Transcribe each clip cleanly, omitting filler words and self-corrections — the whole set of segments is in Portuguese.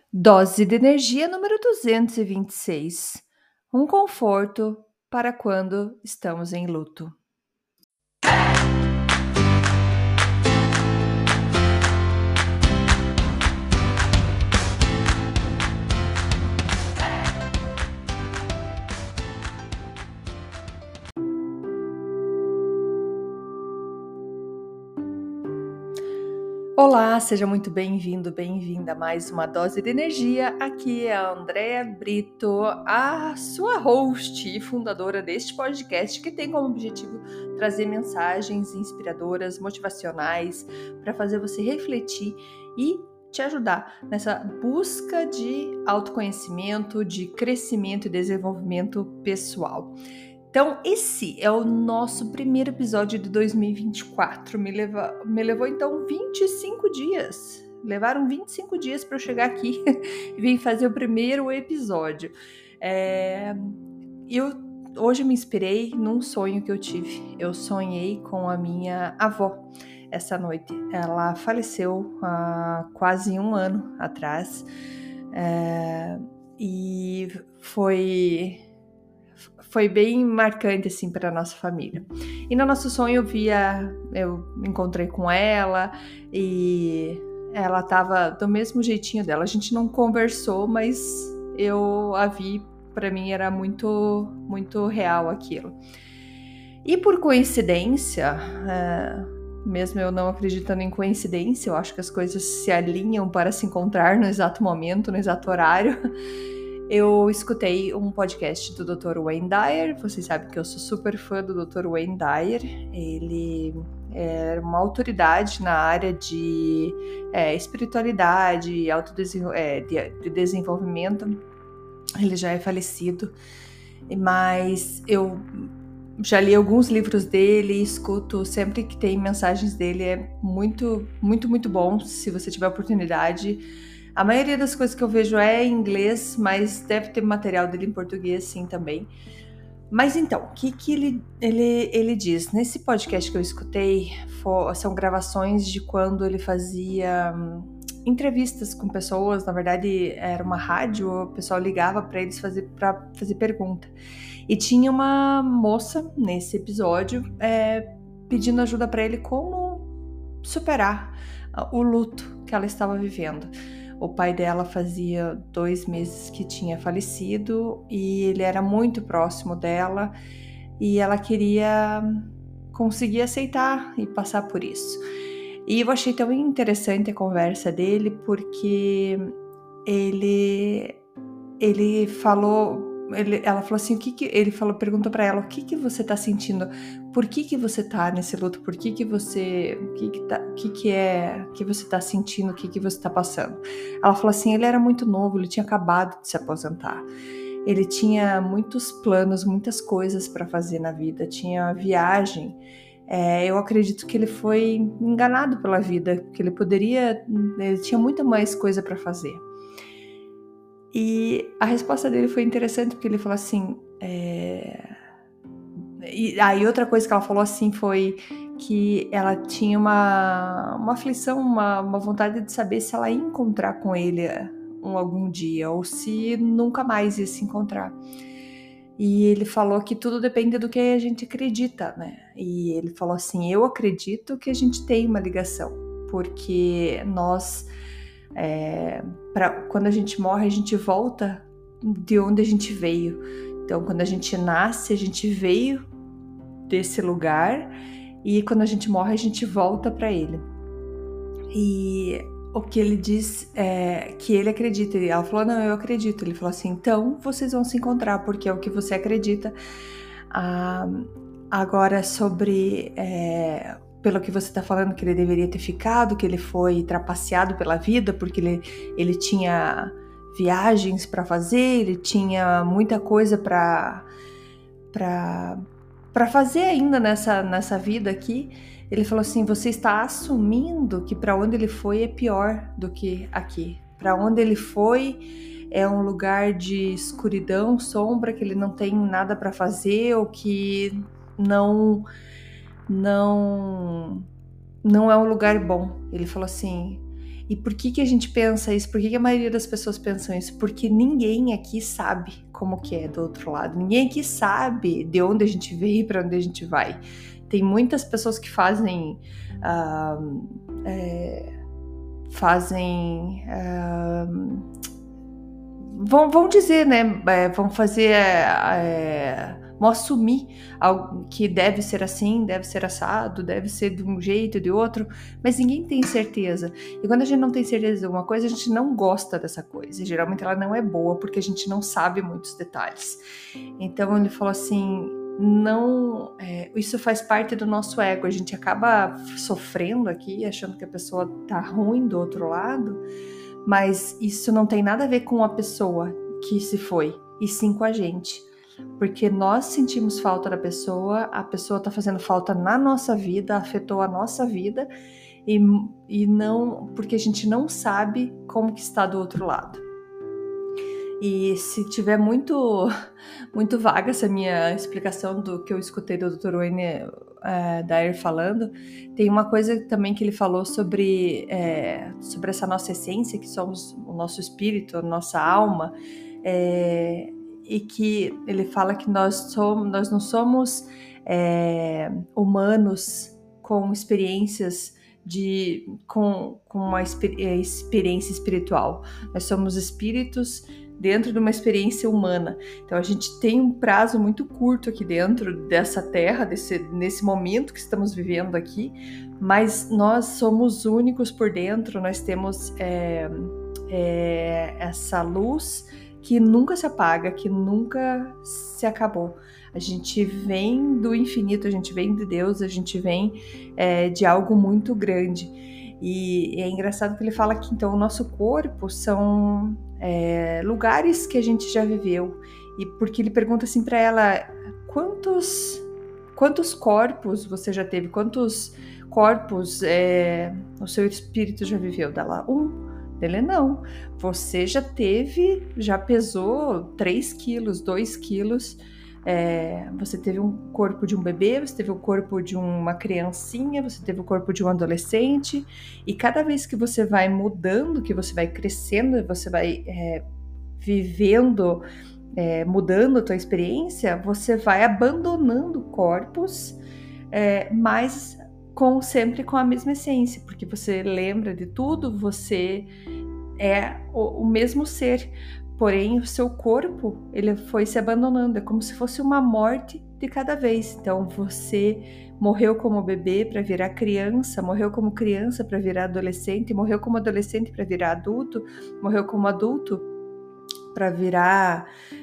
Dose de energia número 226. Um conforto para quando estamos em luto. Olá, seja muito bem-vindo, bem-vinda a mais uma dose de energia. Aqui é a Andréa Brito, a sua host e fundadora deste podcast que tem como objetivo trazer mensagens inspiradoras, motivacionais, para fazer você refletir e te ajudar nessa busca de autoconhecimento, de crescimento e desenvolvimento pessoal. Então, esse é o nosso primeiro episódio de 2024. Me levou então 25 dias. Levaram 25 dias para eu chegar aqui e vir fazer o primeiro episódio. Hoje eu me inspirei num sonho que eu tive. Eu sonhei com a minha avó essa noite. Ela faleceu há quase um ano atrás. E foi bem marcante assim para nossa família. E no nosso sonho eu encontrei com ela e ela tava do mesmo jeitinho dela. A gente não conversou, mas eu a vi, para mim era muito muito real aquilo. E por coincidência, mesmo eu não acreditando em coincidência, eu acho que as coisas se alinham para se encontrar no exato momento, no exato horário. Eu escutei um podcast do Dr. Wayne Dyer. Vocês sabem que eu sou super fã do Dr. Wayne Dyer. Ele é uma autoridade na área de espiritualidade, de desenvolvimento. Ele já é falecido, mas eu já li alguns livros dele, escuto sempre que tem mensagens dele. É muito, muito, muito bom, se você tiver oportunidade. A maioria das coisas que eu vejo é em inglês, mas deve ter material dele em português sim também. Mas então, o que ele diz? Nesse podcast que eu escutei, são gravações de quando ele fazia entrevistas com pessoas. Na verdade, era uma rádio, o pessoal ligava para eles para fazer pergunta. E tinha uma moça nesse episódio pedindo ajuda para ele como superar o luto que ela estava vivendo. O pai dela fazia 2 meses que tinha falecido e ele era muito próximo dela e ela queria conseguir aceitar e passar por isso. E eu achei tão interessante a conversa dele porque ele falou, ela falou assim, perguntou para ela, o que você tá sentindo? Por que você tá nesse luto? Por que você tá sentindo? O que você tá passando? Ela falou assim, ele era muito novo, ele tinha acabado de se aposentar. Ele tinha muitos planos, muitas coisas para fazer na vida, tinha viagem. Eu acredito que ele foi enganado pela vida, que ele tinha muita mais coisa para fazer. E a resposta dele foi interessante, porque ele falou assim... E aí outra coisa que ela falou assim foi que ela tinha uma aflição, uma vontade de saber se ela ia encontrar com ele algum dia, ou se nunca mais ia se encontrar. E ele falou que tudo depende do que a gente acredita, né? E ele falou assim, eu acredito que a gente tem uma ligação, porque nós... quando a gente morre, a gente volta de onde a gente veio. Então, quando a gente nasce, a gente veio desse lugar e quando a gente morre, a gente volta para ele. E o que ele diz é que ele acredita. E ela falou, não, eu acredito. Ele falou assim, então vocês vão se encontrar, porque é o que você acredita. Agora, sobre... pelo que você está falando, que ele deveria ter ficado, que ele foi trapaceado pela vida, porque ele tinha viagens para fazer, ele tinha muita coisa para fazer ainda nessa vida aqui. Ele falou assim, você está assumindo que para onde ele foi é pior do que aqui. Para onde ele foi é um lugar de escuridão, sombra, que ele não tem nada para fazer, ou que não é um lugar bom. Ele falou assim, E por que a gente pensa isso? Por que a maioria das pessoas pensam isso? Porque ninguém aqui sabe como que é do outro lado. Ninguém aqui sabe de onde a gente veio e para onde a gente vai. Tem muitas pessoas que fazem vão dizer, né? Vão fazer, vão assumir algo que deve ser assim, deve ser assado, deve ser de um jeito, de outro, mas ninguém tem certeza. E quando a gente não tem certeza de uma coisa, a gente não gosta dessa coisa. E geralmente ela não é boa porque a gente não sabe muitos detalhes. Então ele falou assim, não, isso faz parte do nosso ego. A gente acaba sofrendo aqui, achando que a pessoa tá ruim do outro lado, mas isso não tem nada a ver com a pessoa que se foi, e sim com a gente. Porque nós sentimos falta da pessoa, a pessoa tá fazendo falta na nossa vida, afetou a nossa vida, e não, porque a gente não sabe como que está do outro lado. E se tiver muito vaga essa minha explicação do que eu escutei do Dr. Wayne Dyer falando, tem uma coisa também que ele falou sobre essa nossa essência, que somos o nosso espírito, a nossa alma, e que ele fala que nós não somos humanos com experiências com uma experiência espiritual. Nós somos espíritos dentro de uma experiência humana. Então a gente tem um prazo muito curto aqui dentro dessa terra, nesse momento que estamos vivendo aqui, mas nós somos únicos por dentro, nós temos essa luz que nunca se apaga, que nunca se acabou. A gente vem do infinito, a gente vem de Deus, a gente vem de algo muito grande. E é engraçado que ele fala que então o nosso corpo são lugares que a gente já viveu. E porque ele pergunta assim para ela, quantos corpos você já teve? Quantos corpos o seu espírito já viveu? Dela, Ele, não. Você já pesou 3 quilos, 2 quilos. Você teve um corpo de um bebê, você teve o corpo de uma criancinha, você teve o corpo de um adolescente, e cada vez que você vai mudando, que você vai crescendo, você vai vivendo, mudando a tua experiência, você vai abandonando corpos, mas sempre com a mesma essência, porque você lembra de tudo, você é o mesmo ser. Porém, o seu corpo, ele foi se abandonando, é como se fosse uma morte de cada vez. Então, você morreu como bebê para virar criança, morreu como criança para virar adolescente, morreu como adolescente para virar adulto, morreu como adulto para virar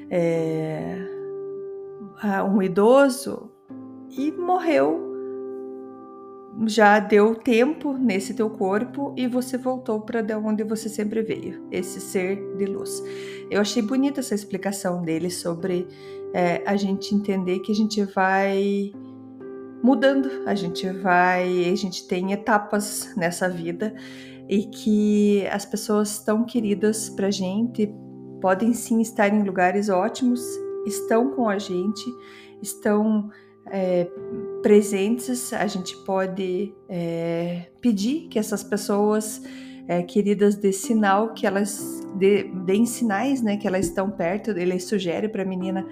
um idoso e morreu. Já deu tempo nesse teu corpo e você voltou para de onde você sempre veio, esse ser de luz. Eu achei bonita essa explicação dele sobre a gente entender que a gente vai mudando, a gente tem etapas nessa vida e que as pessoas tão queridas pra gente podem sim estar em lugares ótimos, estão com a gente, estão presentes. A gente pode pedir que essas pessoas queridas dê sinal, que elas deem sinais, né, que elas estão perto. Ele sugere para a menina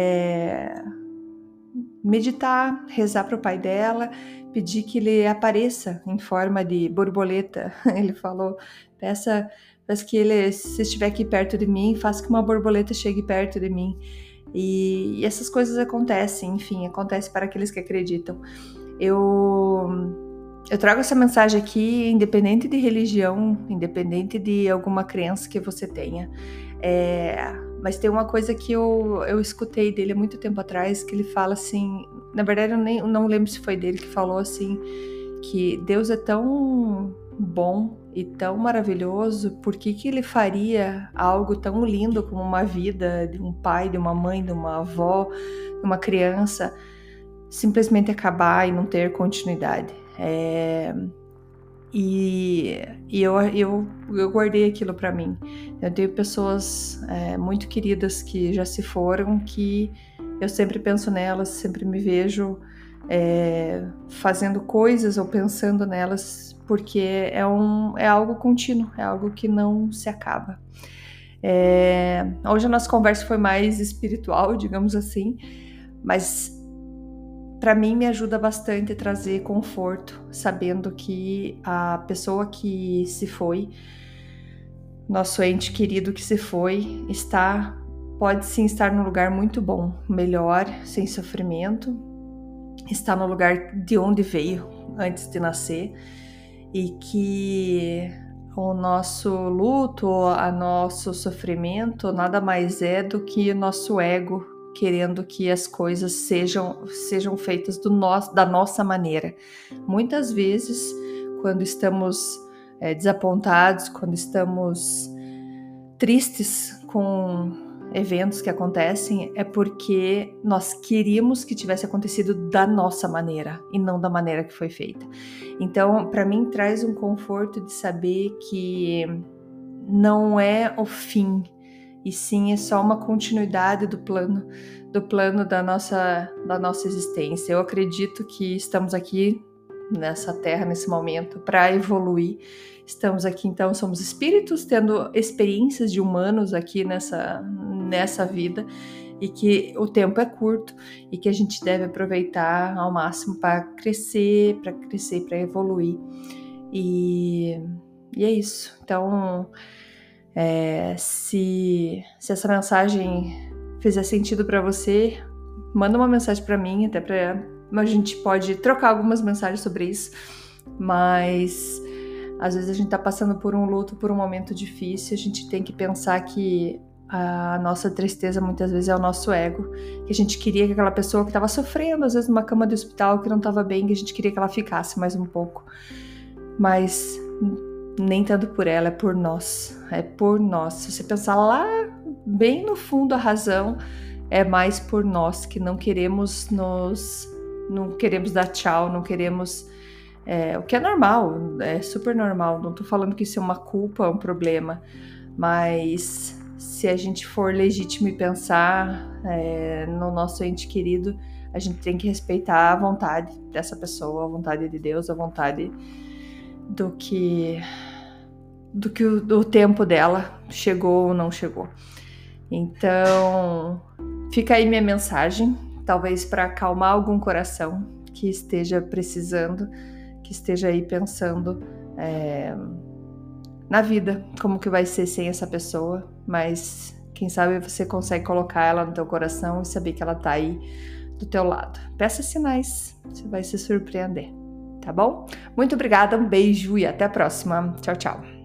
meditar, rezar para o pai dela, pedir que ele apareça em forma de borboleta. Ele falou, peça que ele, se estiver aqui perto de mim, faça que uma borboleta chegue perto de mim. E essas coisas acontecem, enfim, acontece para aqueles que acreditam. Eu trago essa mensagem aqui, independente de religião, independente de alguma crença que você tenha. Mas tem uma coisa que eu escutei dele há muito tempo atrás, que ele fala assim, na verdade eu não lembro se foi dele que falou assim, que Deus é tão bom e tão maravilhoso, por que ele faria algo tão lindo como uma vida de um pai, de uma mãe, de uma avó, de uma criança, simplesmente acabar e não ter continuidade? E eu guardei aquilo para mim. Eu tenho pessoas muito queridas que já se foram, que eu sempre penso nelas, sempre me vejo fazendo coisas ou pensando nelas, porque é algo contínuo, é algo que não se acaba. Hoje a nossa conversa foi mais espiritual, digamos assim, mas para mim me ajuda bastante a trazer conforto, sabendo que a pessoa que se foi, nosso ente querido que se foi, pode sim estar num lugar muito bom, melhor, sem sofrimento, está no lugar de onde veio antes de nascer, e que o nosso luto, o nosso sofrimento nada mais é do que o nosso ego querendo que as coisas sejam feitas da nossa maneira. Muitas vezes, quando estamos desapontados, quando estamos tristes com eventos que acontecem, é porque nós queríamos que tivesse acontecido da nossa maneira e não da maneira que foi feita. Então, para mim, traz um conforto de saber que não é o fim, e sim é só uma continuidade do plano da nossa existência. Eu acredito que estamos aqui nessa terra, nesse momento, para evoluir. Estamos aqui, então, somos espíritos tendo experiências de humanos aqui nessa vida, e que o tempo é curto e que a gente deve aproveitar ao máximo para crescer, para evoluir. E é isso. Então, se essa mensagem fizer sentido para você, manda uma mensagem para mim, até para a gente pode trocar algumas mensagens sobre isso, mas às vezes a gente tá passando por um luto, por um momento difícil, a gente tem que pensar que a nossa tristeza muitas vezes é o nosso ego, que a gente queria que aquela pessoa que estava sofrendo, às vezes numa cama de hospital, que não estava bem, que a gente queria que ela ficasse mais um pouco, mas nem tanto por ela, é por nós. Se você pensar lá bem no fundo, a razão é mais por nós, que não queremos dar tchau, não queremos, o que é normal, é super normal, não tô falando que isso é uma culpa, um problema, mas se a gente for legítimo e pensar no nosso ente querido, a gente tem que respeitar a vontade dessa pessoa, a vontade de Deus, a vontade do que o tempo dela chegou ou não chegou. Então, fica aí minha mensagem, talvez para acalmar algum coração que esteja precisando, que esteja aí pensando na vida, como que vai ser sem essa pessoa, mas quem sabe você consegue colocar ela no teu coração e saber que ela tá aí do teu lado. Peça sinais, você vai se surpreender, tá bom? Muito obrigada, um beijo e até a próxima. Tchau, tchau.